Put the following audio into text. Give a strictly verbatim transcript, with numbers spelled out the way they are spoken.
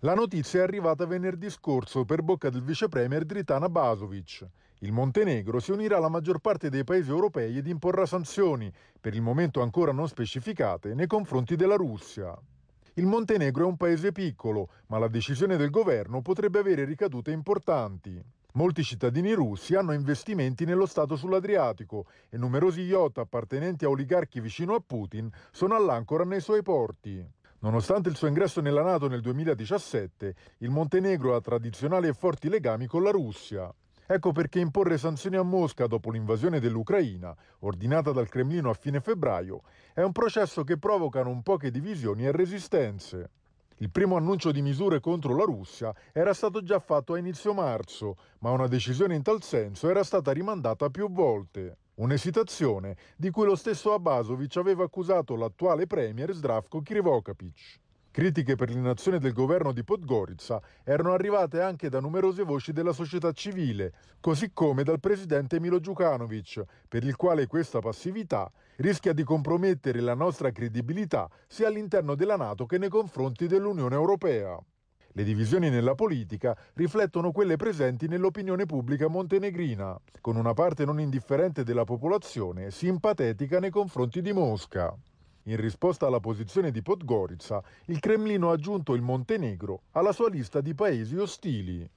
La notizia è arrivata venerdì scorso per bocca del vice premier Dritan Abazovic. Il Montenegro si unirà alla maggior parte dei paesi europei ed imporrà sanzioni, per il momento ancora non specificate, nei confronti della Russia. Il Montenegro è un paese piccolo, ma la decisione del governo potrebbe avere ricadute importanti. Molti cittadini russi hanno investimenti nello Stato sull'Adriatico e numerosi yacht appartenenti a oligarchi vicino a Putin sono all'ancora nei suoi porti. Nonostante il suo ingresso nella NATO nel duemiladiciassette, il Montenegro ha tradizionali e forti legami con la Russia. Ecco perché imporre sanzioni a Mosca dopo l'invasione dell'Ucraina, ordinata dal Cremlino a fine febbraio, è un processo che provoca non poche divisioni e resistenze. Il primo annuncio di misure contro la Russia era stato già fatto a inizio marzo, ma una decisione in tal senso era stata rimandata più volte. Un'esitazione di cui lo stesso Abazovic aveva accusato l'attuale premier Zdravko Krivokapic. Critiche per l'inazione del governo di Podgorica erano arrivate anche da numerose voci della società civile, così come dal presidente Milo Djukanovic, per il quale questa passività rischia di compromettere la nostra credibilità sia all'interno della NATO che nei confronti dell'Unione Europea. Le divisioni nella politica riflettono quelle presenti nell'opinione pubblica montenegrina, con una parte non indifferente della popolazione simpatetica nei confronti di Mosca. In risposta alla posizione di Podgorica, il Cremlino ha aggiunto il Montenegro alla sua lista di paesi ostili.